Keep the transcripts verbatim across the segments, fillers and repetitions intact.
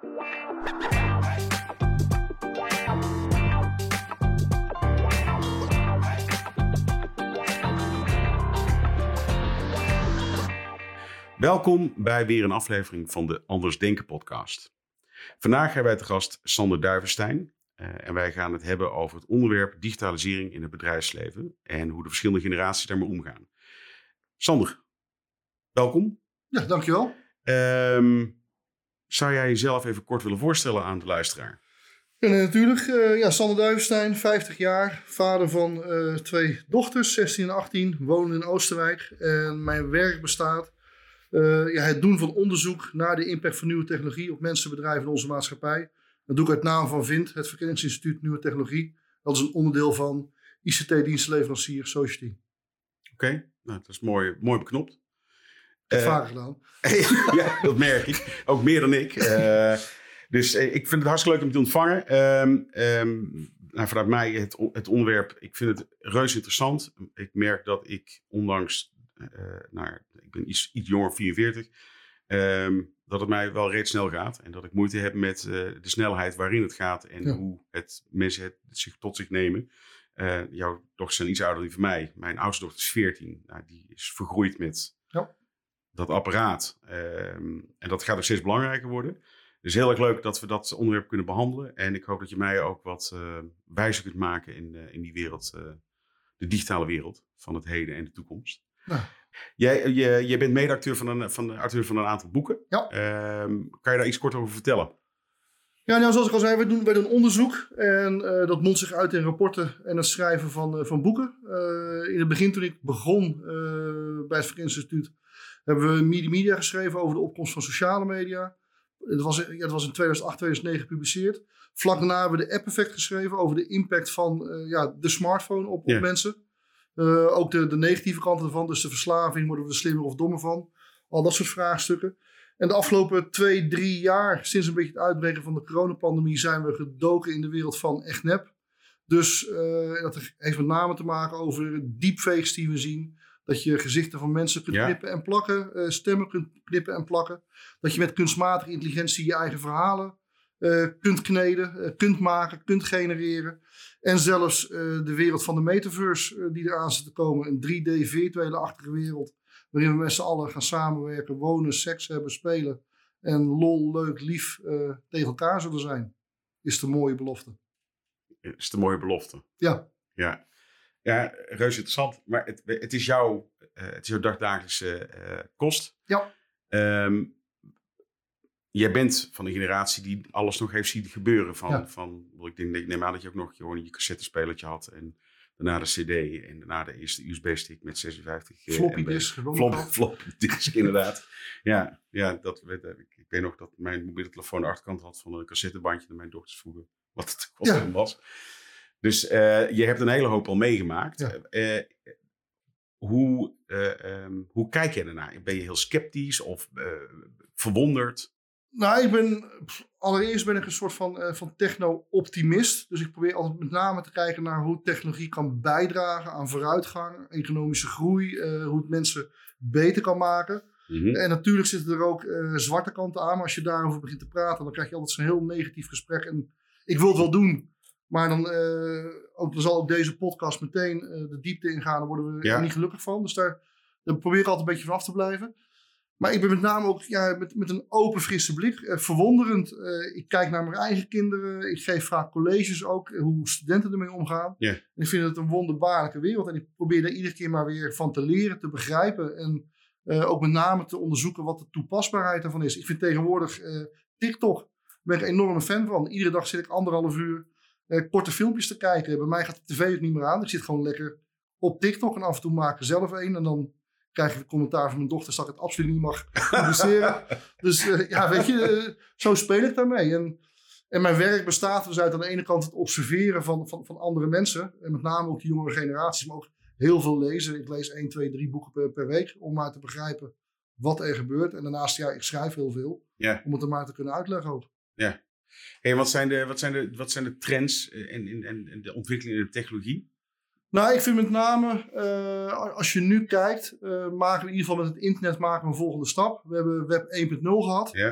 Welkom bij weer een aflevering van de Anders Denken podcast. Vandaag hebben wij te gast Sander Duivenstein. Uh, en wij gaan het hebben over het onderwerp digitalisering in het bedrijfsleven en hoe de verschillende generaties daarmee omgaan. Sander, welkom. Ja, dankjewel. Um, zou jij jezelf even kort willen voorstellen aan de luisteraar? Ja, natuurlijk. Uh, ja, Sander Duivenstein, vijftig jaar, vader van uh, twee dochters, zestien en achttien, wonen in Oosterwijk. En mijn werk bestaat uh, ja, het doen van onderzoek naar de impact van nieuwe technologie op mensen, bedrijven en onze maatschappij. Dat doe ik uit naam van Vint, het Verkenningsinstituut Nieuwe Technologie. Dat is een onderdeel van I C T-dienstenleverancier Society. Oké, okay, nou, dat is mooi, mooi beknopt. Ik heb uh, vaker gedaan. Ja, dat merk ik. Ook meer dan ik. Uh, dus uh, ik vind het hartstikke leuk om te ontvangen. Um, um, nou, vanuit mij het, het onderwerp, ik vind het reuze interessant. Ik merk dat ik, ondanks, uh, nou, ik ben iets, iets jonger, vierenveertig... Um, dat het mij wel reeds snel gaat. En dat ik moeite heb met uh, de snelheid waarin het gaat. En ja. hoe het, mensen het zich tot zich nemen. Uh, jouw dochters zijn iets ouder dan van mij. Mijn oudste dochter is veertien. Nou, die is vergroeid met ja. dat apparaat. Um, en dat gaat ook steeds belangrijker worden. Dus heel erg leuk dat we dat onderwerp kunnen behandelen. En ik hoop dat je mij ook wat uh, wijzer kunt maken in, uh, in die wereld. Uh, de digitale wereld van het heden en de toekomst. Ja. Jij, jij, jij bent mede-auteur van een, van, auteur van een aantal boeken. Ja. Um, kan je daar iets kort over vertellen? Ja, nou, zoals ik al zei, wij doen, wij doen onderzoek. En uh, dat mondt zich uit in rapporten en het schrijven van, uh, van boeken. Uh, in het begin, toen ik begon uh, bij het Verkenningsinstituut, hebben we Media Media geschreven over de opkomst van sociale media. Het was, ja, het was in tweeduizend acht, tweeduizend negen gepubliceerd. Vlak daarna hebben we de App Effect geschreven over de impact van uh, ja, de smartphone op, op ja. mensen. Uh, ook de, de negatieve kanten ervan, dus de verslaving, worden we er slimmer of dommer van. Al dat soort vraagstukken. En de afgelopen twee, drie jaar, sinds een beetje het uitbreken van de coronapandemie, zijn we gedoken in de wereld van echt nep. Dus uh, dat heeft met name te maken over deepfakes die we zien. Dat je gezichten van mensen kunt ja. knippen en plakken, uh, stemmen kunt knippen en plakken. Dat je met kunstmatige intelligentie je eigen verhalen uh, kunt kneden, uh, kunt maken, kunt genereren. En zelfs uh, de wereld van de metaverse uh, die eraan zit te komen. Een drie D virtuele-achtige wereld. Waarin we met z'n allen gaan samenwerken, wonen, seks hebben, spelen. En lol, leuk, lief uh, tegen elkaar zullen zijn. Is de mooie belofte. Is de mooie belofte. Ja. Ja, ja reuze interessant. Maar het, het, is, jouw, uh, het is jouw dagdagelijkse uh, kost. Ja. Um, Jij bent van de generatie die alles nog heeft zien gebeuren. Van, ja. van, ik denk, ik neem aan dat je ook nog gewoon je cassettespelertje had. En daarna de cd. En daarna de eerste U S B-stick met zesenvijftig. Floppy disk. Flop, floppy disk, inderdaad. Ja, ja dat, weet, ik, ik weet nog dat mijn mobiele telefoon de achterkant had van een cassettebandje. Dat mijn dochters vroegen wat het, wat ja. het was. Dus uh, je hebt een hele hoop al meegemaakt. Ja. Uh, hoe, uh, um, hoe kijk je ernaar? Ben je heel sceptisch of uh, verwonderd? Nou, ik ben, allereerst ben ik een soort van, uh, van techno-optimist. Dus ik probeer altijd met name te kijken naar hoe technologie kan bijdragen aan vooruitgang, economische groei, uh, hoe het mensen beter kan maken. Mm-hmm. En natuurlijk zitten er ook uh, zwarte kanten aan. Maar als je daarover begint te praten, dan krijg je altijd zo'n heel negatief gesprek. En ik wil het wel doen, maar dan, uh, ook, dan zal ook deze podcast meteen uh, de diepte ingaan. Daar worden we ja. er niet gelukkig van. Dus daar, daar probeer ik altijd een beetje vanaf te blijven. Maar ik ben met name ook ja, met, met een open, frisse blik. Uh, verwonderend. Uh, ik kijk naar mijn eigen kinderen. Ik geef vaak colleges ook. Uh, hoe studenten ermee omgaan. Yeah. En ik vind het een wonderbaarlijke wereld. En ik probeer daar iedere keer maar weer van te leren, te begrijpen. En uh, ook met name te onderzoeken wat de toepasbaarheid ervan is. Ik vind tegenwoordig uh, TikTok. Daar ben ik een enorme fan van. Iedere dag zit ik anderhalf uur uh, korte filmpjes te kijken. Bij mij gaat de tv ook niet meer aan. Ik zit gewoon lekker op TikTok. En af en toe maak ik er zelf een. En dan krijg ik het commentaar van mijn dochter dat ik het absoluut niet mag publiceren. Dus uh, ja, weet je, uh, zo speel ik daarmee. En, en mijn werk bestaat dus uit aan de ene kant het observeren van, van, van andere mensen. En met name ook de jongere generaties, maar ook heel veel lezen. Ik lees één, twee, drie boeken per, per week om maar te begrijpen wat er gebeurt. En daarnaast, ja, ik schrijf heel veel. Ja. Om het er maar te kunnen uitleggen ook. Ja. Hey, wat zijn de, wat zijn de, wat zijn de trends en, en, en de ontwikkelingen in de technologie? Nou, ik vind met name, uh, als je nu kijkt, uh, maken we in ieder geval met het internet maken we een volgende stap. We hebben web één punt nul gehad. Ja.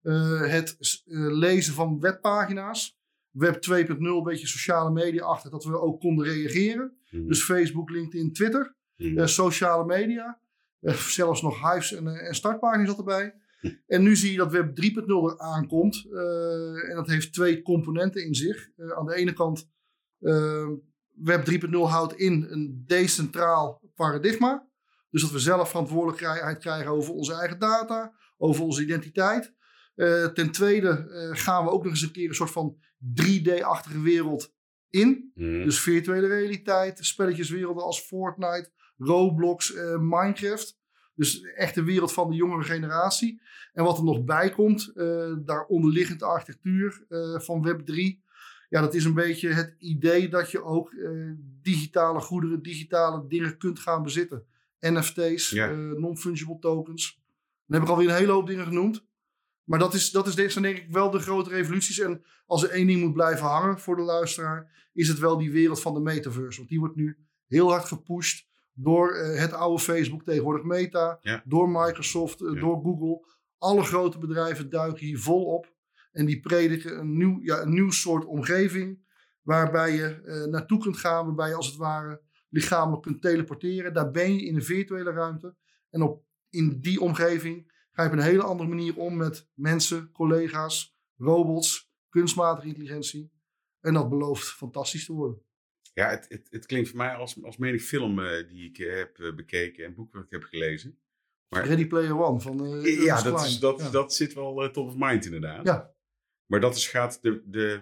Uh, het uh, lezen van webpagina's. Web twee punt nul, een beetje sociale media achter, dat we ook konden reageren. Mm. Dus Facebook, LinkedIn, Twitter, mm. uh, sociale media. Uh, zelfs nog Hives en, uh, en startpagina's zat erbij. Mm. En nu zie je dat Web drie punt nul er aankomt. Uh, en dat heeft twee componenten in zich. Uh, aan de ene kant, uh, Web drie punt nul houdt in een decentraal paradigma. Dus dat we zelf verantwoordelijkheid krijgen over onze eigen data, over onze identiteit. Uh, ten tweede uh, gaan we ook nog eens een keer een soort van drie D-achtige wereld in. Mm. Dus virtuele realiteit, spelletjeswerelden als Fortnite, Roblox, uh, Minecraft. Dus echt de wereld van de jongere generatie. En wat er nog bij komt, uh, daaronderliggende architectuur uh, van Web drie. Ja, dat is een beetje het idee dat je ook uh, digitale goederen, digitale dingen kunt gaan bezitten. N F T's, ja. uh, non-fungible tokens. Dan heb ik alweer een hele hoop dingen genoemd. Maar dat is, dat is denk, denk ik wel de grote revoluties. En als er één ding moet blijven hangen voor de luisteraar, is het wel die wereld van de metaverse. Want die wordt nu heel hard gepusht door uh, het oude Facebook, tegenwoordig Meta, ja. door Microsoft, uh, ja. door Google. Alle grote bedrijven duiken hier vol op. En die prediken een nieuw, ja, een nieuw soort omgeving waarbij je uh, naartoe kunt gaan, waarbij je als het ware lichamelijk kunt teleporteren. Daar ben je in een virtuele ruimte. En op, in die omgeving ga je op een hele andere manier om met mensen, collega's, robots, kunstmatige intelligentie. En dat belooft fantastisch te worden. Ja, het, het, het klinkt voor mij als, als menig film uh, die ik uh, heb uh, bekeken en boeken wat ik heb gelezen. Maar, Ready Player One van uh, Ja, dat, is, dat, ja. dat zit wel uh, top of mind inderdaad. Ja. Maar dat is gaat de, de,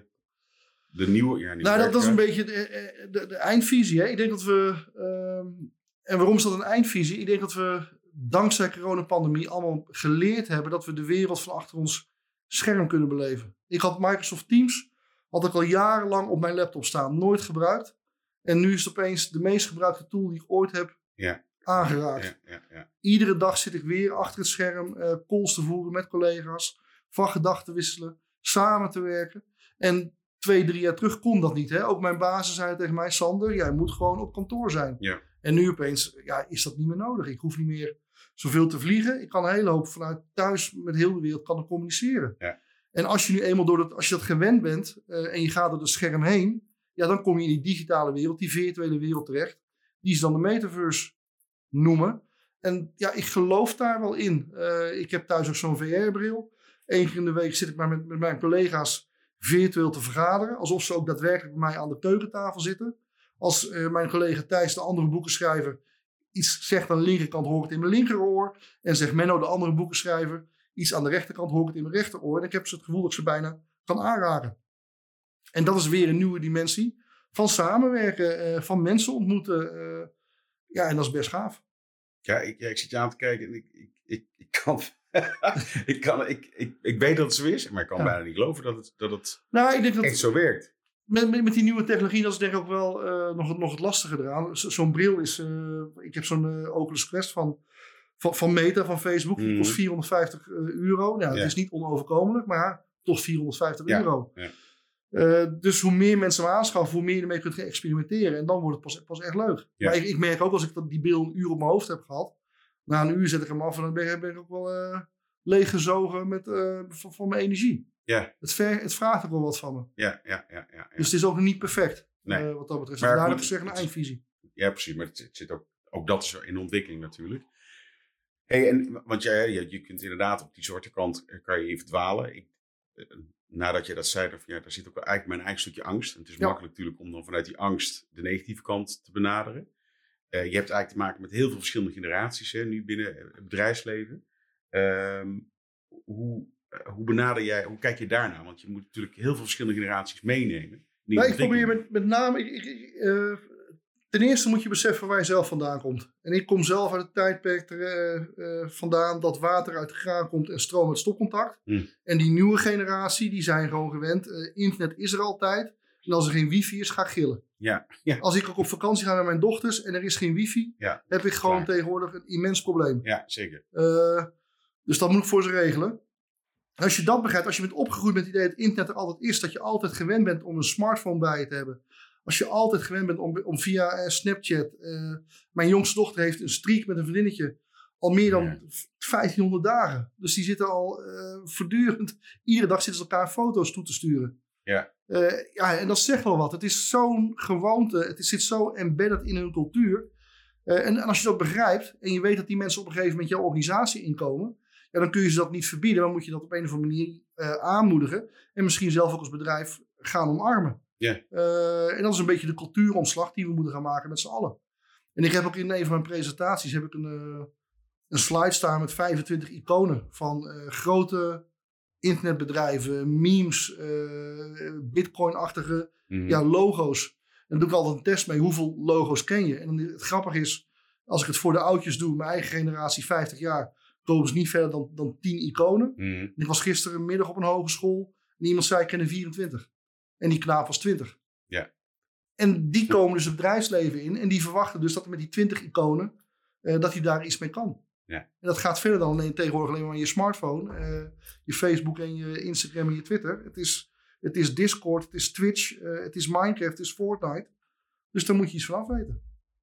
de nieuwe... Ja, nou, dat, dat is een beetje de, de, de eindvisie. Hè? Ik denk dat we... Uh, en waarom is dat een eindvisie? Ik denk dat we dankzij coronapandemie allemaal geleerd hebben dat we de wereld van achter ons scherm kunnen beleven. Ik had Microsoft Teams, had ik al jarenlang op mijn laptop staan, nooit gebruikt. En nu is het opeens de meest gebruikte tool die ik ooit heb ja. aangeraakt. Ja, ja, ja. Iedere dag zit ik weer achter het scherm uh, calls te voeren met collega's, van gedachten wisselen, samen te werken. En twee, drie jaar terug kon dat niet. Hè? Ook mijn bazen zeiden tegen mij, Sander, jij moet gewoon op kantoor zijn. Ja. En nu opeens ja, is dat niet meer nodig. Ik hoef niet meer zoveel te vliegen. Ik kan een hele hoop vanuit thuis met heel de wereld kan communiceren. Ja. En als je nu eenmaal door dat, als je dat gewend bent uh, en je gaat door het scherm heen, ja, dan kom je in die digitale wereld, die virtuele wereld terecht, die ze dan de metaverse noemen. En ja, ik geloof daar wel in. Uh, ik heb thuis ook zo'n V R-bril. Eén keer in de week zit ik maar met, met mijn collega's virtueel te vergaderen, alsof ze ook daadwerkelijk bij mij aan de keukentafel zitten. Als uh, mijn collega Thijs, de andere boekenschrijver, iets zegt aan de linkerkant, hoor ik het in mijn linkeroor. En zegt Menno, de andere boekenschrijver, iets aan de rechterkant, hoor ik het in mijn rechteroor. En ik heb zo het gevoel dat ik ze bijna kan aanraken. En dat is weer een nieuwe dimensie van samenwerken, uh, van mensen ontmoeten. Uh, ja, en dat is best gaaf. Ja, ik, ja, ik zit je aan te kijken en ik, ik, ik, ik kan... ik, kan ik, ik, ik weet dat het zo is, maar ik kan ja. bijna niet geloven dat het, dat het nou, ik denk dat echt zo werkt. Met, met, met die nieuwe technologie, dat is denk ik ook wel uh, nog, nog het lastige eraan. Zo, zo'n bril is... Uh, ik heb zo'n uh, Oculus Quest van, van, van Meta, van Facebook. Die mm. kost vierhonderdvijftig euro. Nou, ja. Het is niet onoverkomelijk, maar toch vierhonderdvijftig ja. euro. Ja. Uh, dus hoe meer mensen hem aanschaffen, hoe meer je ermee kunt gaan experimenteren. En dan wordt het pas, pas echt leuk. Ja. Maar ik, ik merk ook als ik dat, die bril een uur op mijn hoofd heb gehad. Na een uur zet ik hem af en dan ben, ben ik ook wel uh, leeggezogen met, uh, van, van mijn energie. Ja. Het, ver, het vraagt ook wel wat van me. Ja, ja, ja, ja, ja. Dus het is ook niet perfect. Nee. Uh, wat dat betreft. Daar heb ik zeggen een eindvisie. Ja, precies. Maar het, het zit ook, ook dat is in ontwikkeling natuurlijk. Hey, en, want ja, je, je kunt inderdaad op die zwarte kant kan je even dwalen. Ik, uh, nadat je dat zei, dan, ja, daar zit ook wel eigenlijk mijn eigen stukje angst. En het is ja. makkelijk natuurlijk om dan vanuit die angst de negatieve kant te benaderen. Uh, je hebt eigenlijk te maken met heel veel verschillende generaties hè, nu binnen het bedrijfsleven. Um, hoe, uh, hoe benader jij, hoe kijk je daarnaar? Want je moet natuurlijk heel veel verschillende generaties meenemen. Nou, ik probeer met, met name, ik, ik, uh, ten eerste moet je beseffen waar je zelf vandaan komt. En ik kom zelf uit het tijdperk er, uh, uh, vandaan dat water uit de kraan komt en stroom uit stopcontact. Hmm. En die nieuwe generatie, die zijn gewoon gewend. Uh, internet is er altijd. En als er geen wifi is, ga ik gillen. Ja, ja. Als ik ook op vakantie ga met mijn dochters en er is geen wifi, ja, heb ik gewoon klaar. Tegenwoordig een immens probleem. Ja, zeker. Uh, dus dat moet ik voor ze regelen. En als je dat begrijpt, als je bent opgegroeid met het idee dat internet er altijd is, dat je altijd gewend bent om een smartphone bij je te hebben. Als je altijd gewend bent om, om via uh, Snapchat, uh, mijn jongste dochter heeft een streak met een vriendinnetje, Al meer dan Ja. vijftienhonderd dagen. Dus die zitten al uh, voortdurend, iedere dag zitten ze elkaar foto's toe te sturen. Ja. Uh, ja, en dat zegt wel wat. Het is zo'n gewoonte, het zit zo embedded in hun cultuur. Uh, en, en als je dat begrijpt en je weet dat die mensen op een gegeven moment jouw organisatie inkomen, ja, dan kun je ze dat niet verbieden. Dan moet je dat op een of andere manier uh, aanmoedigen. En misschien zelf ook als bedrijf gaan omarmen. Yeah. Uh, en dat is een beetje de cultuuromslag die we moeten gaan maken met z'n allen. En ik heb ook in een van mijn presentaties heb ik een, uh, een slide staan met vijfentwintig iconen van uh, grote internetbedrijven, memes, uh, bitcoin-achtige mm-hmm. ja, logo's. En dan doe ik altijd een test mee. Hoeveel logo's ken je? En dan, het grappige is, als ik het voor de oudjes doe, mijn eigen generatie, vijftig jaar, komen ze niet verder dan, dan tien iconen. Mm. En ik was gisteren middag op een hogeschool en iemand zei, ik ken er vierentwintig. En die knaap was twintig. Ja. En die komen dus het bedrijfsleven in en die verwachten dus dat er met die twintig iconen, uh, dat hij daar iets mee kan. Ja. En dat gaat verder dan alleen, tegenwoordig alleen maar je smartphone, uh, je Facebook en je Instagram en je Twitter. Het is, het is Discord, het is Twitch, uh, het is Minecraft, het is Fortnite. Dus daar moet je iets van afweten.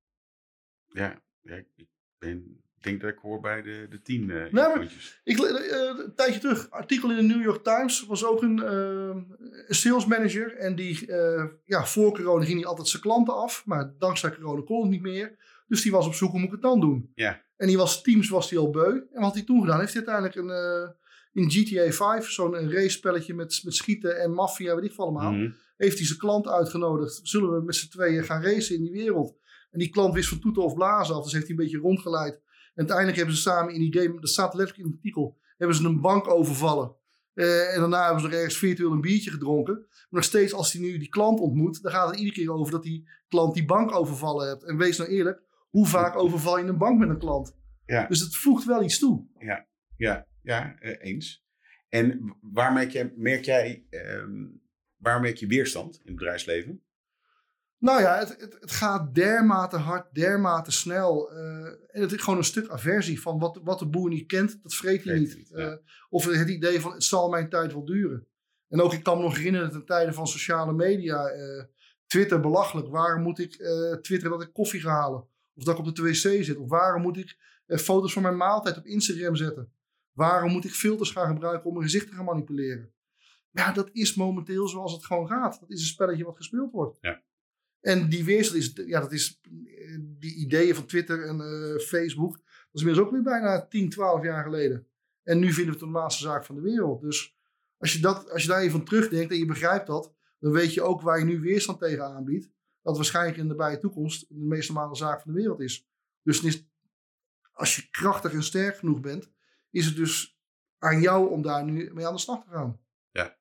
Ja, ja ik ben... Ik denk dat ik hoor bij de, de tien uh, nou, ik, uh, Een tijdje terug, artikel in de New York Times, was ook een, uh, een sales manager. En die, uh, ja, voor corona ging hij altijd zijn klanten af. Maar dankzij corona kon het niet meer. Dus die was op zoek, hoe moet ik het dan doen? Yeah. En die was, Teams was hij al beu. En wat had hij toen gedaan? Heeft hij uiteindelijk een, uh, in G T A vijf, zo'n race spelletje met, met schieten en maffia, weet ik veel allemaal. Mm-hmm. Heeft hij zijn klant uitgenodigd. Zullen we met z'n tweeën gaan racen in die wereld? En die klant wist van toeten of blazen af. Dus heeft hij een beetje rondgeleid. En uiteindelijk hebben ze samen in die game, dat staat letterlijk in het artikel, hebben ze een bank overvallen. Uh, en daarna hebben ze nog ergens virtueel een biertje gedronken. Maar nog steeds als hij nu die klant ontmoet, dan gaat het iedere keer over dat die klant die bank overvallen heeft. En wees nou eerlijk, hoe vaak overval je een bank met een klant? Ja. Dus het voegt wel iets toe. Ja, ja, ja uh, eens. En waar merk jij, merk jij um, waar merk je weerstand in het bedrijfsleven? Nou ja, het, het, het gaat dermate hard, dermate snel. Uh, en het is gewoon een stuk aversie van wat, wat de boer niet kent, dat vreet hij niet. niet ja. uh, of het idee van het zal mijn tijd wel duren. En ook ik kan me nog herinneren dat in tijden van sociale media, uh, Twitter belachelijk. Waarom moet ik uh, twitteren dat ik koffie ga halen? Of dat ik op de wc zit? Of waarom moet ik uh, foto's van mijn maaltijd op Instagram zetten? Waarom moet ik filters gaan gebruiken om mijn gezicht te gaan manipuleren? Ja, dat is momenteel zoals het gewoon gaat. Dat is een spelletje wat gespeeld wordt. Ja. En die weerstand is, ja, dat is die ideeën van Twitter en uh, Facebook. Dat is inmiddels ook weer bijna tien, twaalf jaar geleden. En nu vinden we het de normaalste zaak van de wereld. Dus als je, dat, als je daar even van terugdenkt en je begrijpt dat, dan weet je ook waar je nu weerstand tegen aanbiedt. Dat waarschijnlijk in de nabije toekomst de meest normale zaak van de wereld is. Dus is, als je krachtig en sterk genoeg bent, is het dus aan jou om daar nu mee aan de slag te gaan. Ja.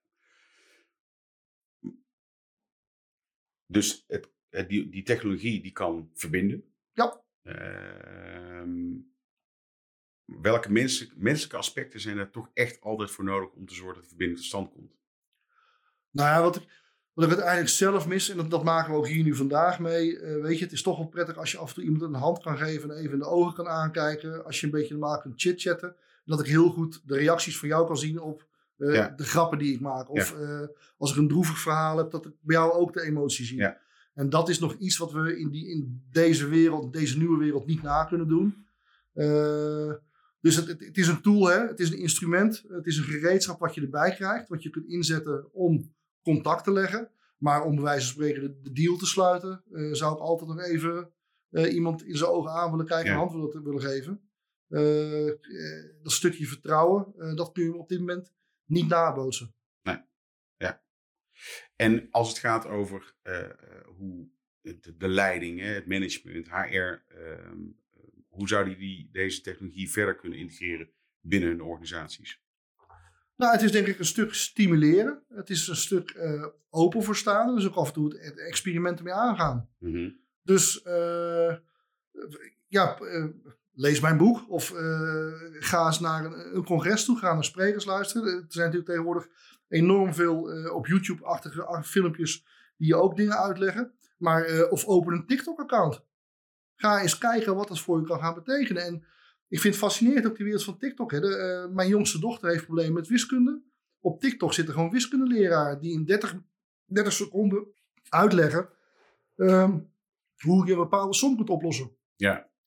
Dus het, het, die, die technologie die kan verbinden. Ja. Uh, welke menselijk, menselijke aspecten zijn er toch echt altijd voor nodig om te zorgen dat de verbinding tot stand komt? Nou ja, wat ik, wat ik uiteindelijk zelf mis, en dat, dat maken we ook hier nu vandaag mee. Uh, weet je, het is toch wel prettig als je af en toe iemand een hand kan geven en even in de ogen kan aankijken. Als je een beetje normaal kunt chitchatten. Dat ik heel goed de reacties van jou kan zien op uh, ja. de grappen die ik maak. Of ja. uh, als ik een droevig verhaal heb, dat ik bij jou ook de emotie zie. Ja. En dat is nog iets wat we in, die, in deze wereld, deze nieuwe wereld niet na kunnen doen. Uh, dus het, het, het is een tool, hè? Het is een instrument. Het is een gereedschap wat je erbij krijgt. Wat je kunt inzetten om contact te leggen. Maar om bij wijze van spreken de, de deal te sluiten, uh, zou ik altijd nog even uh, iemand in zijn ogen aan willen kijken en ja. een hand willen, willen geven. Uh, uh, dat stukje vertrouwen, uh, dat kun je op dit moment niet nabootsen. Nee, ja. En als het gaat over uh, hoe de, de leiding, hè, het management, H R, uh, hoe zou die, die deze technologie verder kunnen integreren binnen hun organisaties? Nou, het is denk ik een stuk stimuleren. Het is een stuk uh, open voor staan. Dus ook af en toe het experiment ermee aangaan. Mm-hmm. Dus uh, ja, uh, lees mijn boek. Of uh, ga eens naar een, een congres toe. Ga naar sprekers luisteren. Er zijn natuurlijk tegenwoordig enorm veel uh, op YouTube-achtige filmpjes die je ook dingen uitleggen. Maar, uh, of open een TikTok-account. Ga eens kijken wat dat voor je kan gaan betekenen. En ik vind het fascinerend ook die wereld van TikTok. Hè. De, uh, mijn jongste dochter heeft problemen met wiskunde. Op TikTok zitten gewoon wiskundeleraar die in dertig, dertig seconden uitleggen um, hoe je een bepaalde som kunt oplossen. Ja.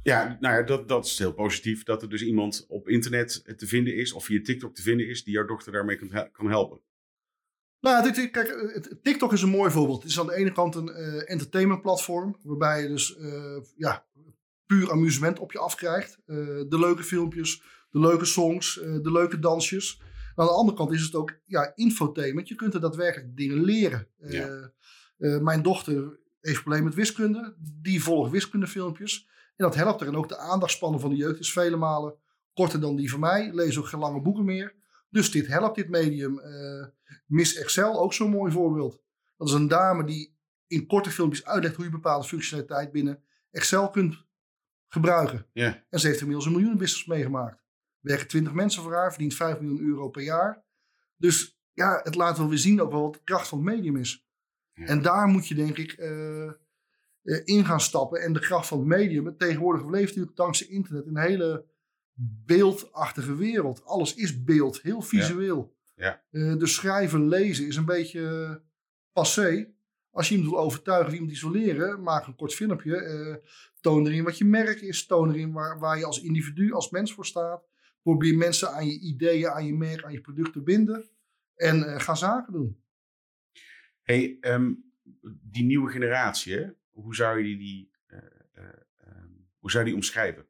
Ja, nou ja, dat, dat is heel positief. Dat er dus iemand op internet te vinden is, of via TikTok te vinden is, die jouw dochter daarmee kan, kan helpen. Nou, dit, kijk, TikTok is een mooi voorbeeld. Het is aan de ene kant een uh, entertainment platform, waarbij je dus uh, ja, puur amusement op je afkrijgt. Uh, de leuke filmpjes, de leuke songs, uh, de leuke dansjes. Aan de andere kant is het ook ja, infotainment. Je kunt er daadwerkelijk dingen leren. Uh, ja. uh, mijn dochter heeft problemen met wiskunde. Die volgt wiskundefilmpjes. En dat helpt er. En ook de aandachtspannen van de jeugd is vele malen korter dan die van mij. Lees ook geen lange boeken meer. Dus dit helpt, dit medium. Uh, Miss Excel, ook zo'n mooi voorbeeld. Dat is een dame die in korte filmpjes uitlegt hoe je bepaalde functionaliteit binnen Excel kunt gebruiken. Yeah. En ze heeft inmiddels een miljoenenbusiness meegemaakt. Er werken twintig mensen voor haar, verdient vijf miljoen euro per jaar. Dus ja, het laat wel weer zien ook wel wat de kracht van het medium is. Yeah. En daar moet je denk ik uh, uh, in gaan stappen. En de kracht van het medium. Tegenwoordig leeft natuurlijk dankzij internet een hele beeldachtige wereld. Alles is beeld, heel visueel. Yeah. Uh, dus schrijven, lezen is een beetje uh, passé. Als je iemand wil overtuigen of iemand iets wil leren, maak een kort filmpje. Uh, toon erin wat je merk is. Toon erin waar, waar je als individu, als mens voor staat. Probeer mensen aan je ideeën, aan je merk, aan je product te binden. En uh, ga zaken doen. Hey, um, die nieuwe generatie, hè? Hoe zou je die, uh, uh, um, hoe zou je die omschrijven?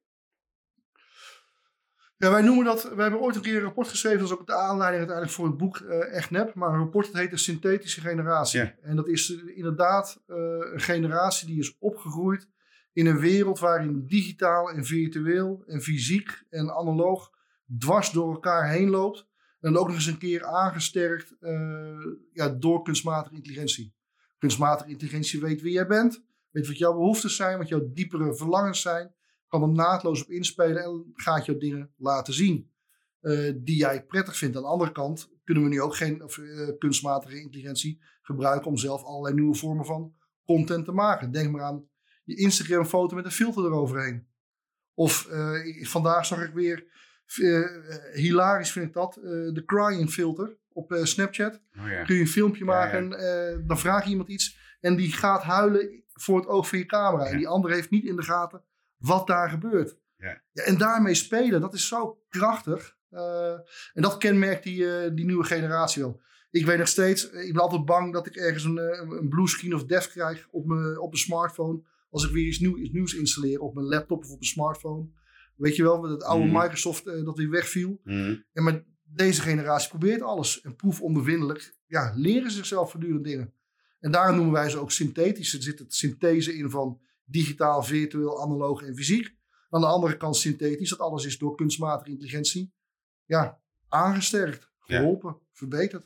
Ja, wij noemen dat, wij hebben ooit een keer een rapport geschreven, dat is ook de aanleiding uiteindelijk voor het boek uh, Echt Nep, maar een rapport dat heet de synthetische generatie. Ja. En dat is uh, inderdaad uh, een generatie die is opgegroeid in een wereld waarin digitaal en virtueel en fysiek en analoog dwars door elkaar heen loopt. En ook nog eens een keer aangesterkt uh, ja, door kunstmatige intelligentie. Kunstmatige intelligentie weet wie jij bent, weet wat jouw behoeftes zijn, wat jouw diepere verlangens zijn. Kan er naadloos op inspelen en gaat jou dingen laten zien uh, die jij prettig vindt. Aan de andere kant kunnen we nu ook geen of, uh, kunstmatige intelligentie gebruiken om zelf allerlei nieuwe vormen van content te maken. Denk maar aan je Instagram foto met een filter eroverheen. Of uh, vandaag zag ik weer, uh, hilarisch vind ik dat, uh, de crying filter op uh, Snapchat. Oh ja. Kun je een filmpje maken ja, ja. en uh, dan vraag je iemand iets en die gaat huilen voor het oog van je camera. Ja. En die andere heeft niet in de gaten wat daar gebeurt. Ja. Ja, en daarmee spelen, dat is zo krachtig. Uh, en dat kenmerkt die, uh, die nieuwe generatie wel. Ik weet nog steeds, ik ben altijd bang dat ik ergens een, een blue screen of death krijg op mijn, op mijn smartphone. Als ik weer iets, nieuw, iets nieuws installeer op mijn laptop of op mijn smartphone. Weet je wel, met het oude mm. Microsoft uh, dat weer wegviel. Mm. En maar deze generatie probeert alles. En proefondervindelijk ja, leren ze zichzelf voortdurend dingen. En daarom noemen wij ze ook synthetisch. Er zit het synthese in van digitaal, virtueel, analoog en fysiek. Aan de andere kant synthetisch. Dat alles is door kunstmatige intelligentie ja, aangesterkt, geholpen, ja. verbeterd.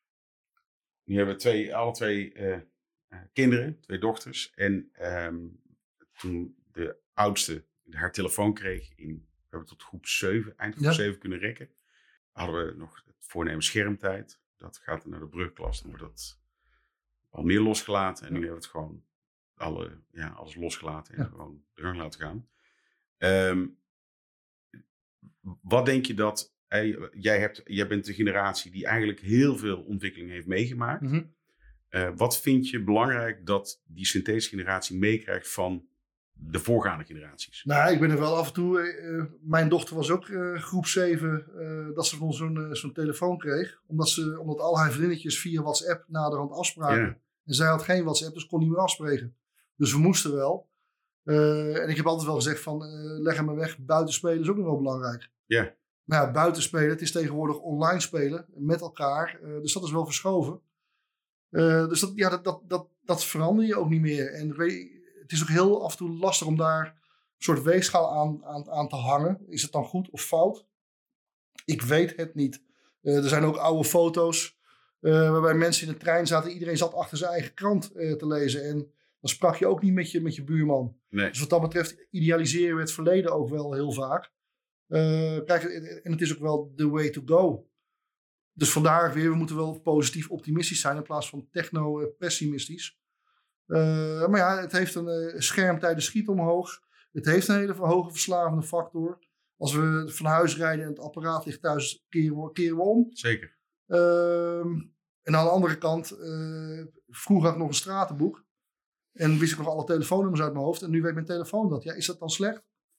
Nu hebben we twee, alle twee uh, uh, kinderen, twee dochters. En um, toen de oudste haar telefoon kreeg, in, we hebben tot groep zeven, eind groep ja. zeven kunnen rekken. Hadden we nog het voornemen schermtijd. Dat gaat naar de brugklas. Dan wordt dat al meer losgelaten. En ja. nu hebben we het gewoon alle, ja, alles losgelaten en ja. gewoon de gang laten gaan. Um, wat denk je dat... Hey, jij, hebt, jij bent de generatie die eigenlijk heel veel ontwikkeling heeft meegemaakt. Mm-hmm. Uh, wat vind je belangrijk dat die synthetische generatie meekrijgt van de voorgaande generaties? Nou, ik ben er wel af en toe... Uh, mijn dochter was ook uh, groep zeven... Uh, dat ze van zo'n, uh, zo'n telefoon kreeg. Omdat, ze, omdat al haar vriendinnetjes via WhatsApp naderhand afspraken. Ja. En zij had geen WhatsApp, dus kon niet meer afspreken. Dus we moesten wel. Uh, en ik heb altijd wel gezegd van... Uh, leg hem maar weg, buitenspelen is ook nog wel belangrijk. Ja. Maar ja, buitenspelen, het is tegenwoordig online spelen met elkaar. Uh, dus dat is wel verschoven. Uh, dus dat, ja, dat, dat, dat, dat verander je ook niet meer. En het is ook heel af en toe lastig om daar een soort weegschaal aan, aan, aan te hangen. Is het dan goed of fout? Ik weet het niet. Uh, er zijn ook oude foto's uh, waarbij mensen in de trein zaten. Iedereen zat achter zijn eigen krant uh, te lezen. En dan sprak je ook niet met je, met je buurman. Nee. Dus wat dat betreft idealiseren we het verleden ook wel heel vaak. Uh, kijk, en het is ook wel the way to go. Dus vandaar weer, we moeten wel positief optimistisch zijn in plaats van techno-pessimistisch. Uh, maar ja, het heeft een uh, schermtijden schiet omhoog. Het heeft een hele hoge verslavende factor. Als we van huis rijden en het apparaat ligt thuis, keren we, keren we om. Zeker. Uh, en aan de andere kant, uh, vroeger had ik nog een stratenboek. En wist ik nog alle telefoonnummers uit mijn hoofd. En nu weet mijn telefoon dat. Ja, is dat dan slecht?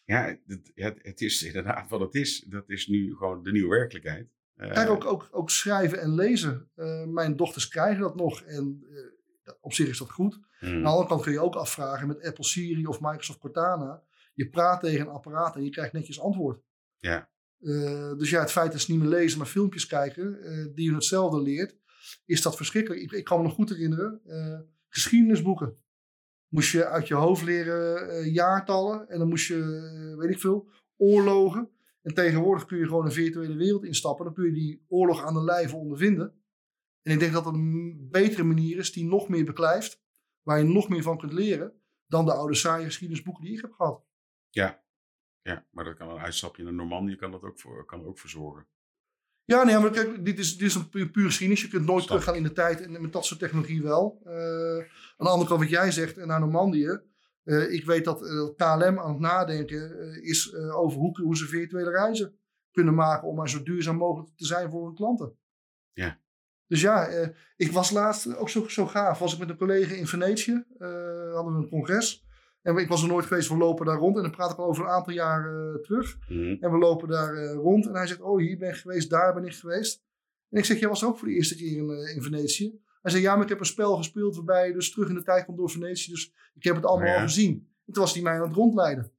Ja, het, het, het is inderdaad wat het is. Dat is nu gewoon de nieuwe werkelijkheid. Uh, Kijk, ook, ook, ook schrijven en lezen. Uh, mijn dochters krijgen dat nog en uh, op zich is dat goed. Hmm. Aan de andere kant kun je ook afvragen met Apple Siri of Microsoft Cortana. Je praat tegen een apparaat en je krijgt netjes antwoord. Ja. Uh, dus ja, het feit dat ze niet meer lezen, maar filmpjes kijken, uh, die je hetzelfde leert, is dat verschrikkelijk. Ik, ik kan me nog goed herinneren, uh, geschiedenisboeken. Moest je uit je hoofd leren uh, jaartallen en dan moest je, uh, weet ik veel, oorlogen. En tegenwoordig kun je gewoon een virtuele wereld instappen. Dan kun je die oorlog aan de lijve ondervinden. En ik denk dat dat een betere manier is die nog meer beklijft. Waar je nog meer van kunt leren dan de oude saaie geschiedenisboeken die ik heb gehad. Ja, ja, maar dat kan een uitstapje naar Normandië kan dat ook voor, kan er ook voor zorgen. Ja, nee, maar kijk, dit is, dit is een puur, puur geschiedenis. Je kunt nooit Stap. teruggaan in de tijd en met dat soort technologie wel. Uh, aan de andere kant wat jij zegt, naar Normandië. Uh, ik weet dat uh, K L M aan het nadenken uh, is uh, over hoe, hoe ze virtuele reizen kunnen maken om maar zo duurzaam mogelijk te zijn voor hun klanten. Ja. Dus ja, uh, ik was laatst ook zo, zo gaaf. Was ik met een collega in Venetië, uh, hadden we een congres. En ik was er nooit geweest, we lopen daar rond. En dan praat ik al over een aantal jaar uh, terug. Mm-hmm. En we lopen daar uh, rond. En hij zegt, oh, hier ben ik geweest, daar ben ik geweest. En ik zeg, jij was ook voor de eerste keer in, uh, in Venetië. Hij zei, ja, maar ik heb een spel gespeeld waarbij je dus terug in de tijd komt door Venetië. Dus ik heb het allemaal oh, ja. al gezien. En toen was hij mij aan het rondleiden.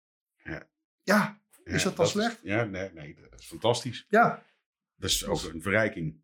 Ja, ja is ja, dat dan dat slecht? Is, ja, nee, nee, dat is fantastisch. Ja. Dat is ook een verrijking.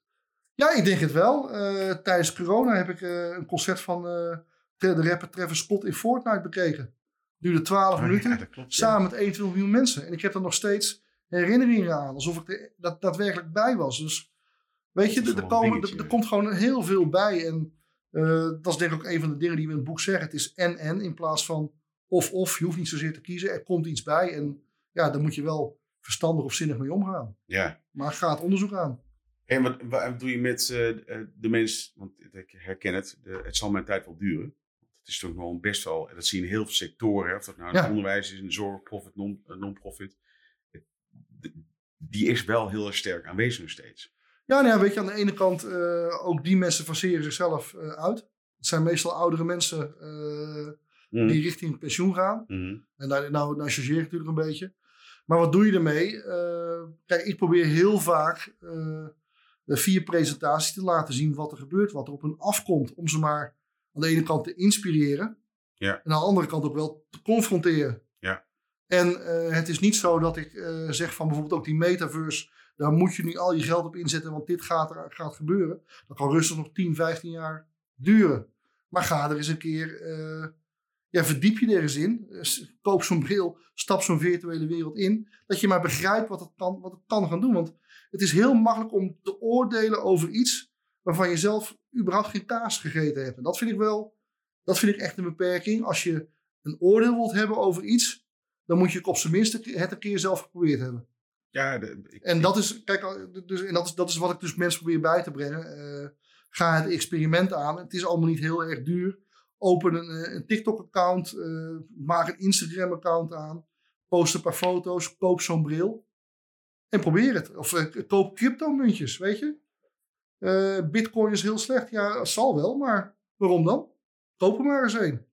Ja, ik denk het wel. Uh, tijdens corona heb ik uh, een concert van uh, de rapper Travis Scott in Fortnite bekeken. Duurde twaalf oh, minuten, ja, klopt, samen ja. met eenentwintig miljoen mensen. En ik heb er nog steeds herinneringen aan, alsof ik er dat, daadwerkelijk bij was. Dus weet je, er, er, komen, er, er komt gewoon heel veel bij. En uh, dat is denk ik ook een van de dingen die we in het boek zeggen. Het is en-en in plaats van of-of. Je hoeft niet zozeer te kiezen. Er komt iets bij en ja, daar moet je wel verstandig of zinnig mee omgaan. Ja. Maar ga het onderzoek aan. En wat, wat doe je met uh, de mens, want ik herken het, de, het zal mijn tijd wel duren. Het is toch wel best wel, en dat zie je in heel veel sectoren, hè, of dat nou in ja. het onderwijs is, in de zorg, profit, non, non-profit. Die is wel heel erg sterk aanwezig nog steeds. Ja, nou ja, weet je, aan de ene kant, uh, ook die mensen faceren zichzelf uh, uit. Het zijn meestal oudere mensen uh, mm. die richting pensioen gaan. Mm. En daar, nou, nou chargeer ik natuurlijk een beetje. Maar wat doe je ermee? Uh, kijk, ik probeer heel vaak uh, via presentaties te laten zien wat er gebeurt, wat er op hun afkomt. Om ze maar aan de ene kant te inspireren. Ja. En aan de andere kant ook wel te confronteren. Ja. En uh, het is niet zo dat ik uh, zeg van bijvoorbeeld ook die metaverse. Daar moet je nu al je geld op inzetten, want dit gaat, er, gaat gebeuren. Dat kan rustig nog tien, vijftien jaar duren. Maar ga er eens een keer, uh, ja, verdiep je er eens in. Uh, koop zo'n bril, stap zo'n virtuele wereld in. Dat je maar begrijpt wat het, kan, wat het kan gaan doen. Want het is heel makkelijk om te oordelen over iets waarvan je zelf überhaupt geen kaas gegeten hebt. En dat vind ik wel, dat vind ik echt een beperking. Als je een oordeel wilt hebben over iets, dan moet je op zijn minst het een keer zelf geprobeerd hebben. Ja, de, ik, en dat is, kijk, dus, en dat is, dat is wat ik dus mensen probeer bij te brengen. Uh, ga het experiment aan. Het is allemaal niet heel erg duur. Open een, een TikTok-account. Uh, maak een Instagram-account aan. Post een paar foto's. Koop zo'n bril. En probeer het. Of uh, koop crypto-muntjes, weet je. Uh, Bitcoin is heel slecht. Ja, dat zal wel. Maar waarom dan? Koop er maar eens een.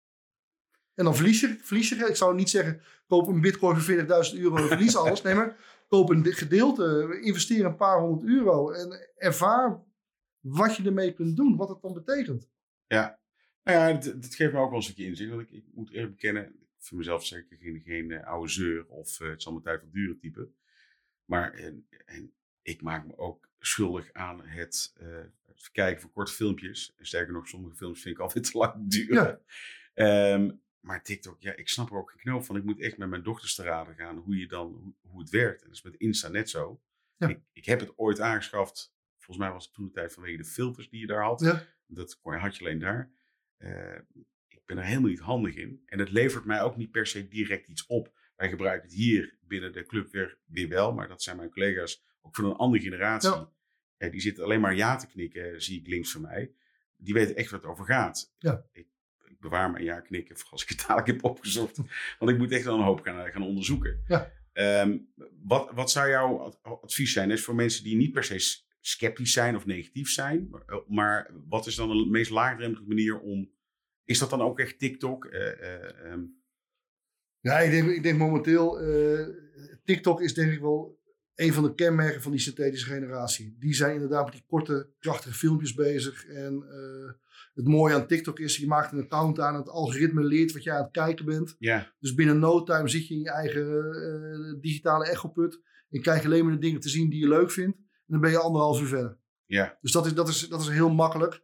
En dan verlies je, verlies je. Ik zou niet zeggen, koop een bitcoin voor veertigduizend euro en verlies alles. Nee, maar koop een gedeelte, investeer een paar honderd euro. En ervaar wat je ermee kunt doen, wat het dan betekent. Ja, nou ja, dat, dat geeft me ook wel eens een keer inzicht. Want ik, ik moet eerlijk bekennen, ik vind mezelf zeker geen, geen uh, oude zeur of uh, het zal mijn tijd wat duren type. Maar en, en ik maak me ook schuldig aan het, uh, het kijken van korte filmpjes. En sterker nog, sommige filmpjes vind ik altijd te lang duren. Ja. Um, Maar TikTok, ja, ik snap er ook geen knoop van. Ik moet echt met mijn dochters te raden gaan hoe, je dan, hoe, hoe het werkt. En dat is met Insta net zo. Ja. Ik, ik heb het ooit aangeschaft. Volgens mij was het toen de tijd vanwege de filters die je daar had. Ja. Dat kon je, had je alleen daar. Uh, ik ben er helemaal niet handig in. En het levert mij ook niet per se direct iets op. Wij gebruiken het hier binnen de club weer, weer wel. Maar dat zijn mijn collega's ook van een andere generatie. Ja. Uh, die zitten alleen maar ja te knikken, zie ik links van mij. Die weten echt wat het over gaat. Ja. Ik, Ik bewaar me een jaar knikken als ik het dadelijk heb opgezocht. Want ik moet echt wel een hoop gaan, gaan onderzoeken. Ja. Um, wat, wat zou jouw advies zijn? Is voor mensen die niet per se sceptisch zijn of negatief zijn. Maar, maar wat is dan de meest laagdrempelige manier om... Is dat dan ook echt TikTok? Uh, uh, um... Ja, ik denk, ik denk momenteel, uh, TikTok is denk ik wel een van de kenmerken van die synthetische generatie. Die zijn inderdaad met die korte, krachtige filmpjes bezig. En uh, het mooie aan TikTok is, je maakt een account aan, het algoritme leert wat jij aan het kijken bent. Ja. Dus binnen no time zit je in je eigen uh, digitale echoput en krijg je alleen maar de dingen te zien die je leuk vindt. En dan ben je anderhalf uur verder. Ja. Dus dat is, dat is, dat is heel makkelijk.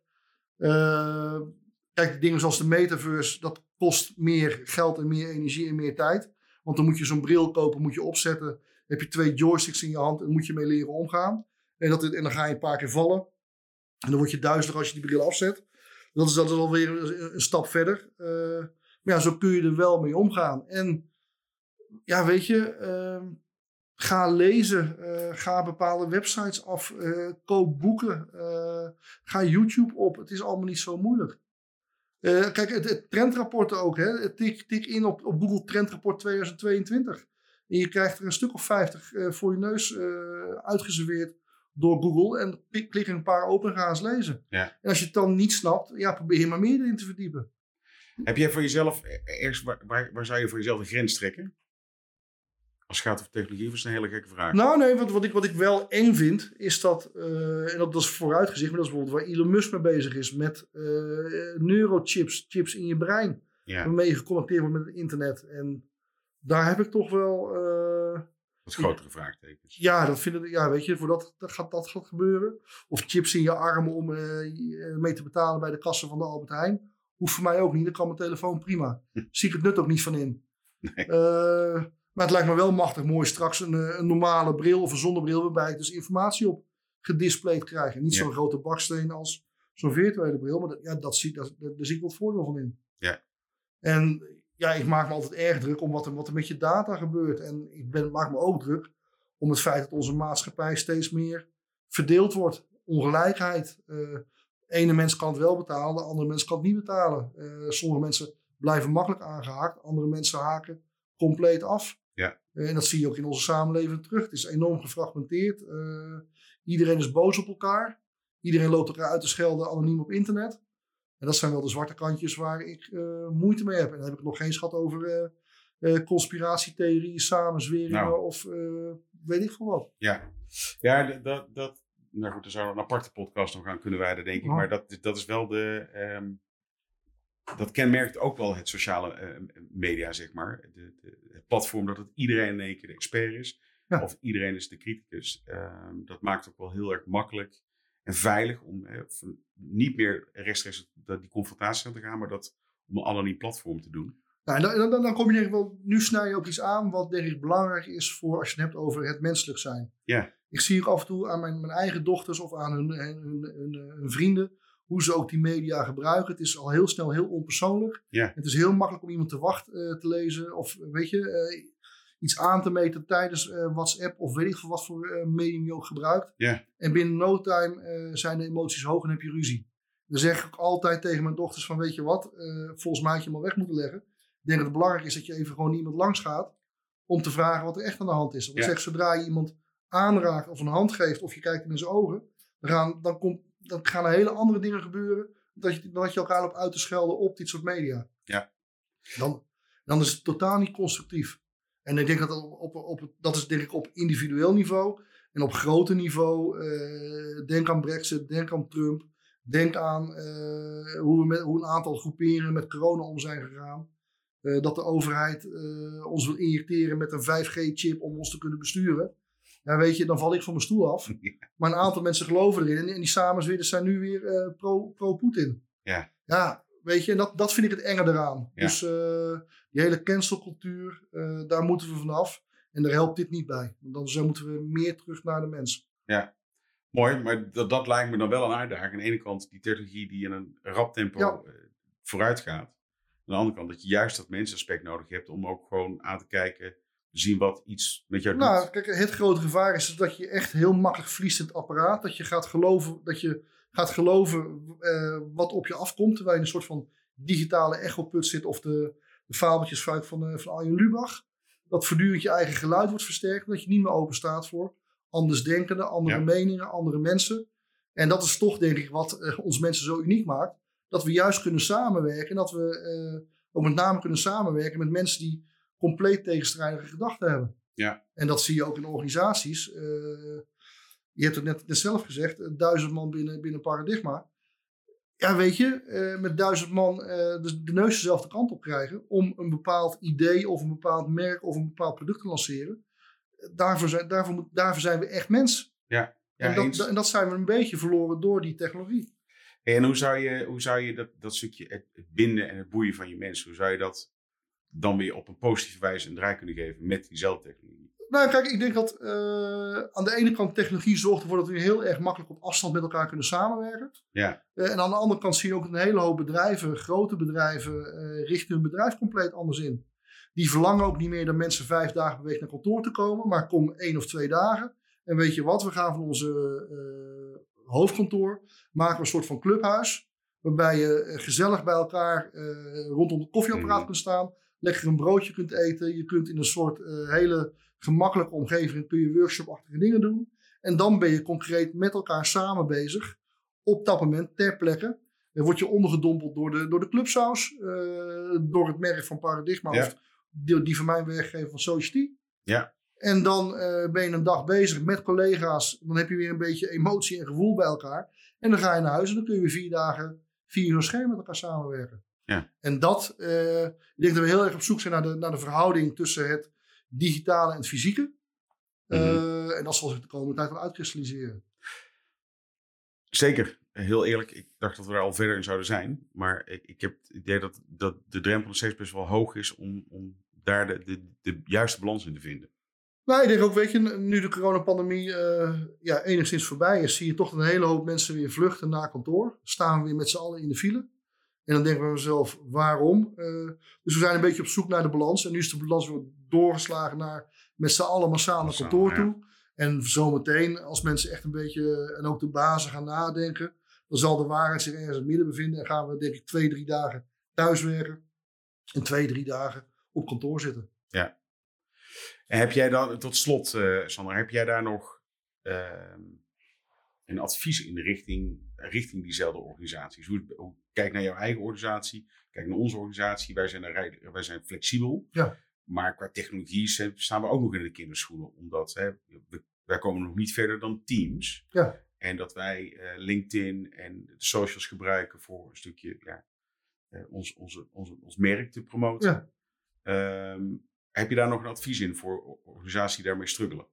Uh, kijk, dingen zoals de metaverse, dat kost meer geld en meer energie en meer tijd. Want dan moet je zo'n bril kopen, moet je opzetten. Heb je twee joysticks in je hand en moet je mee leren omgaan. En, dat, en dan ga je een paar keer vallen. En dan word je duizelig als je die bril afzet. Dat is, dat is alweer een, een stap verder. Uh, maar ja, zo kun je er wel mee omgaan. En ja, weet je, uh, ga lezen. Uh, ga bepaalde websites af. Uh, koop boeken. Uh, ga YouTube op. Het is allemaal niet zo moeilijk. Uh, kijk, het, het trendrapport ook. Hè? Tik, tik in op, op Google Trendrapport tweeduizend tweeëntwintig. En je krijgt er een stuk of vijftig uh, voor je neus uh, uitgeserveerd door Google. En klik, klik er een paar open en ga eens lezen. Ja. En als je het dan niet snapt, ja, probeer je maar meer erin te verdiepen. Heb jij voor jezelf, eerst, waar, waar, waar zou je voor jezelf een grens trekken? Als het gaat over technologie, of is het een hele gekke vraag? Nou nee, wat, wat, ik, wat ik wel eng vind, is dat, uh, en dat, dat is vooruitgezicht, maar dat is bijvoorbeeld waar Elon Musk mee bezig is, met uh, neurochips, chips in je brein. Ja. Waarmee je geconnecteerd wordt met het internet. En daar heb ik toch wel... Uh, Wat grotere vraagtekens. Ja, dat vind ik, ja, weet je, voordat dat gaat, dat gaat gebeuren. Of chips in je armen om uh, mee te betalen bij de kassen van de Albert Heijn. Hoeft voor mij ook niet, dan kan mijn telefoon prima. Hm. Zie ik het nut ook niet van in. Nee. Uh, maar het lijkt me wel machtig mooi straks een, een normale bril of een zonnebril waarbij ik dus informatie op gedisplayed krijg. En niet ja. zo'n grote baksteen als zo'n virtuele bril. Maar dat, ja, dat zie, dat, daar zie ik wat voordeel van in. Ja. En ja, ik maak me altijd erg druk om wat er, wat er met je data gebeurt. En ik ben, maak me ook druk om het feit dat onze maatschappij steeds meer verdeeld wordt. Ongelijkheid. Uh, ene mens kan het wel betalen, de andere mens kan het niet betalen. Uh, sommige mensen blijven makkelijk aangehaakt, andere mensen haken compleet af. Ja. Uh, en dat zie je ook in onze samenleving terug. Het is enorm gefragmenteerd. Uh, iedereen is boos op elkaar. Iedereen loopt elkaar uit te schelden anoniem op internet. En dat zijn wel de zwarte kantjes waar ik uh, moeite mee heb. En dan heb ik nog geen schat over uh, uh, conspiratietheorieën, samenzweringen nou. of uh, weet ik veel wat. Ja, ja dat, dat, nou goed, er zou een aparte podcast nog aan kunnen wijden, denk ik. Oh. Maar dat, dat is wel de... Um, dat kenmerkt ook wel het sociale uh, media, zeg maar. De, de, het platform dat het iedereen in één keer de expert is. Ja. Of iedereen is de criticus. Um, dat maakt ook wel heel erg makkelijk en veilig om eh, niet meer rechtstreeks die confrontatie aan te gaan, maar dat om een anoniem platform te doen. Nou, en dan, dan, dan kom je denk ik wel, nu snij je ook iets aan wat denk ik belangrijk is voor als je het hebt over het menselijk zijn. Ja. Ik zie ook af en toe aan mijn, mijn eigen dochters of aan hun, hun, hun, hun, hun vrienden hoe ze ook die media gebruiken. Het is al heel snel heel onpersoonlijk. Ja. Het is heel makkelijk om iemand te wachten uh, te lezen of weet je, uh, iets aan te meten tijdens uh, WhatsApp of weet ik veel wat voor uh, medium je ook gebruikt. Ja. En binnen no time uh, zijn de emoties hoog en heb je ruzie. Dan zeg ik ook altijd tegen mijn dochters van weet je wat, uh, volgens mij had je hem al weg moeten leggen. Ik denk dat het belangrijk is dat je even gewoon iemand langs gaat om te vragen wat er echt aan de hand is. Want ja. zeg, zodra je iemand aanraakt of een hand geeft of je kijkt in zijn ogen, dan gaan, dan komt, dan gaan er hele andere dingen gebeuren dan dat je, dat je elkaar op uit te schelden op dit soort media. Ja. Dan, dan is het totaal niet constructief. En ik denk dat op, op, op, dat is denk ik op individueel niveau en op groter niveau. Uh, denk aan Brexit, denk aan Trump. Denk aan uh, hoe, we met, hoe een aantal groeperingen met corona om zijn gegaan. Uh, dat de overheid uh, ons wil injecteren met een vijf G chip om ons te kunnen besturen. Ja, weet je, dan val ik van mijn stoel af. Ja. Maar een aantal mensen geloven erin. En, en die samenzweerders zijn nu weer uh, pro, pro-Poetin. Ja. Ja, weet je, en dat, dat vind ik het enge eraan. Ja. Dus uh, die hele cancelcultuur, uh, daar moeten we vanaf. En daar helpt dit niet bij. Dan zo moeten we meer terug naar de mens. Ja. Mooi, maar dat, dat lijkt me dan wel een uitdaging. Aan de ene kant die technologie die in een rap tempo ja. uh, vooruit gaat. Aan de andere kant dat je juist dat mensaspect nodig hebt om ook gewoon aan te kijken, zien wat iets met jou doet. Nou, kijk, het grote gevaar is dat je echt heel makkelijk verliest in het apparaat. Dat je gaat geloven, dat je gaat geloven uh, wat op je afkomt. Terwijl je in een soort van digitale echoput zit of de, de fabeltjes van, uh, van Arjen Lubach. Dat voortdurend je eigen geluid wordt versterkt. Dat je niet meer open staat voor andersdenkenden, andere ja. meningen, andere mensen. En dat is toch denk ik wat uh, ons mensen zo uniek maakt. Dat we juist kunnen samenwerken. En dat we uh, ook met name kunnen samenwerken met mensen die compleet tegenstrijdige gedachten hebben. Ja. En dat zie je ook in organisaties. Uh, je hebt het net, net zelf gezegd, uh, duizend man binnen, binnen Paradigma. Ja, weet je, uh, met duizend man uh, de, de neus dezelfde kant op krijgen om een bepaald idee of een bepaald merk of een bepaald product te lanceren. Daarvoor zijn, daarvoor moet, daarvoor zijn we echt mens. Ja. Ja, en, dat, en dat zijn we een beetje verloren door die technologie. En hoe zou je, hoe zou je dat, dat stukje het, het binden en het boeien van je mensen, hoe zou je dat dan weer op een positieve wijze een draai kunnen geven met diezelfde technologie? Nou kijk, ik denk dat uh, aan de ene kant technologie zorgt ervoor dat we heel erg makkelijk op afstand met elkaar kunnen samenwerken. Ja. Uh, en aan de andere kant zie je ook een hele hoop bedrijven, grote bedrijven, uh, richten hun bedrijf compleet anders in. Die verlangen ook niet meer dat mensen vijf dagen per week naar kantoor te komen, maar kom één of twee dagen. En weet je wat, we gaan van onze uh, hoofdkantoor, maken we een soort van clubhuis. Waarbij je uh, gezellig bij elkaar uh, rondom het koffieapparaat mm. kunt staan. Lekker een broodje kunt eten. Je kunt in een soort uh, hele gemakkelijke omgeving kun je workshopachtige dingen doen. En dan ben je concreet met elkaar samen bezig. Op dat moment, ter plekke. Dan word je ondergedompeld door de, door de clubsaus. Uh, door het merk van Paradigma. Ja. Of die, die van mijn werkgever van Society. Ja. En dan uh, ben je een dag bezig met collega's. Dan heb je weer een beetje emotie en gevoel bij elkaar. En dan ga je naar huis en dan kun je weer vier dagen, vier uur scherm met elkaar samenwerken. Ja. En dat, uh, ik denk dat we heel erg op zoek zijn naar de, naar de verhouding tussen het digitale en het fysieke. Uh, mm-hmm. En dat zal zich de komende tijd wel uitkristalliseren. Zeker. Heel eerlijk, ik dacht dat we daar al verder in zouden zijn. Maar ik, ik heb het idee dat, dat de drempel nog steeds best wel hoog is om, om daar de, de, de juiste balans in te vinden. Nou, ik denk ook, weet je, nu de coronapandemie uh, ja, enigszins voorbij is, zie je toch dat een hele hoop mensen weer vluchten naar kantoor. Staan we weer met z'n allen in de file. En dan denken we onszelf, waarom? Uh, dus we zijn een beetje op zoek naar de balans. En nu is de balans weer doorgeslagen naar met z'n allen massaal naar kantoor ja. toe. En zometeen, als mensen echt een beetje, en ook de bazen gaan nadenken, dan zal de waarheid zich ergens in het midden bevinden. En gaan we, denk ik, twee, drie dagen thuiswerken. En twee, drie dagen op kantoor zitten. Ja. En heb jij dan, tot slot, uh, Sander, heb jij daar nog uh, een advies in de richting, richting diezelfde organisaties? Hoe, hoe, kijk naar jouw eigen organisatie, kijk naar onze organisatie. Wij zijn, er, wij zijn flexibel, ja. maar qua technologie staan we ook nog in de kinderschoenen. Omdat hè, we, wij komen nog niet verder dan Teams. Ja. En dat wij uh, LinkedIn en de socials gebruiken voor een stukje ja, uh, ons, onze, onze, ons merk te promoten. Ja. Um, Heb je daar nog een advies in voor organisaties die daarmee struggelen?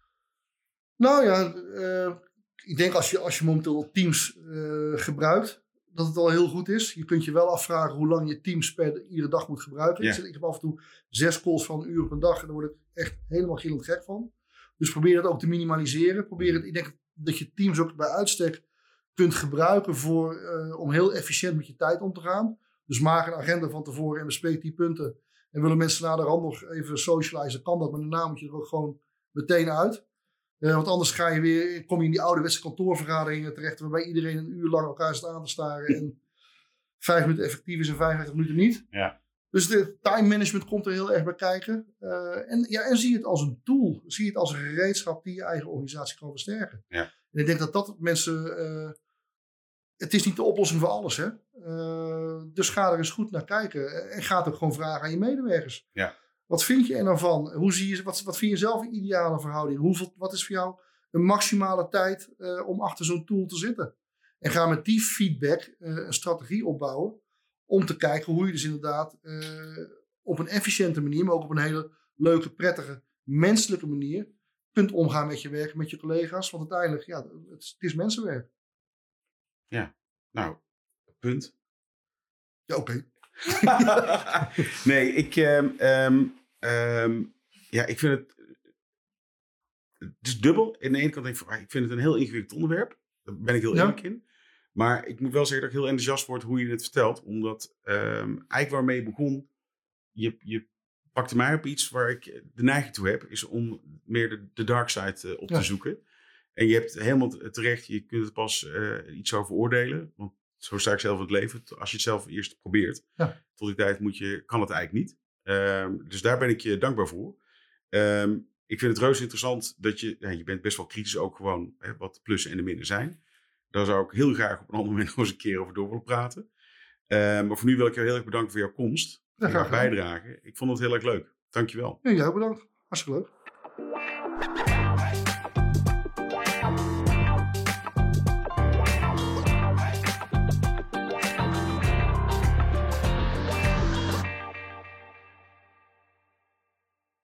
Nou ja, uh, ik denk als je, als je momenteel Teams uh, gebruikt, dat het al heel goed is. Je kunt je wel afvragen hoe lang je Teams per iedere dag moet gebruiken. Ja. Ik, zit, ik heb af en toe zes calls van een uur op een dag en daar word ik echt helemaal gillend gek van. Dus probeer dat ook te minimaliseren. Probeer het, ik denk dat je Teams ook bij uitstek kunt gebruiken voor, uh, om heel efficiënt met je tijd om te gaan. Dus maak een agenda van tevoren en bespreek die punten. En willen mensen na de rand nog even socializen, kan dat. Maar daarna moet je er ook gewoon meteen uit. Uh, want anders ga je weer, kom je in die ouderwetse kantoorvergaderingen terecht. Waarbij iedereen een uur lang elkaar staat aan te staren. En vijf minuten effectief is en vijfenvijftig minuten niet. Ja. Dus de time management komt er heel erg bij kijken. Uh, en, ja, en zie het als een tool. Zie het als een gereedschap die je eigen organisatie kan versterken. Ja. En ik denk dat dat mensen... Uh, het is niet de oplossing voor alles, hè. Uh, dus ga er eens goed naar kijken. En ga het ook gewoon vragen aan je medewerkers. Ja. Wat vind je er nou van? Hoe zie je, wat, wat vind je zelf een ideale verhouding? Hoeveel, wat is voor jou een maximale tijd uh, om achter zo'n tool te zitten? En ga met die feedback uh, een strategie opbouwen. Om te kijken hoe je dus inderdaad uh, op een efficiënte manier, maar ook op een hele leuke, prettige, menselijke manier kunt omgaan met je werk, met je collega's. Want uiteindelijk, ja, het is, het is mensenwerk. Ja, nou, punt. Ja, oké. Okay. nee, ik, um, um, um, ja, ik vind het, het is dubbel. Aan de ene kant denk ik van, ah, ik vind het een heel ingewikkeld onderwerp. Daar ben ik heel eerlijk ja. in. Maar ik moet wel zeggen dat ik heel enthousiast word hoe je het vertelt. Omdat um, eigenlijk waarmee je begon, je, je pakte mij op iets waar ik de neiging toe heb, is om meer de, de dark side uh, op ja. te zoeken. En je hebt helemaal terecht, je kunt het pas uh, iets over oordelen. Want zo sta ik zelf in het leven. Als je het zelf eerst probeert, ja. tot die tijd moet je, kan het eigenlijk niet. Um, dus daar ben ik je dankbaar voor. Um, ik vind het reuze interessant dat je, ja, je bent best wel kritisch ook gewoon hè, wat de plussen en de minnen zijn. Daar zou ik heel graag op een ander moment nog eens een keer over door willen praten. Um, maar voor nu wil ik je heel erg bedanken voor jouw komst. Ja, en jouw bijdrage. Ik vond het heel erg leuk. Dankjewel. En jij ook bedankt. Hartstikke leuk.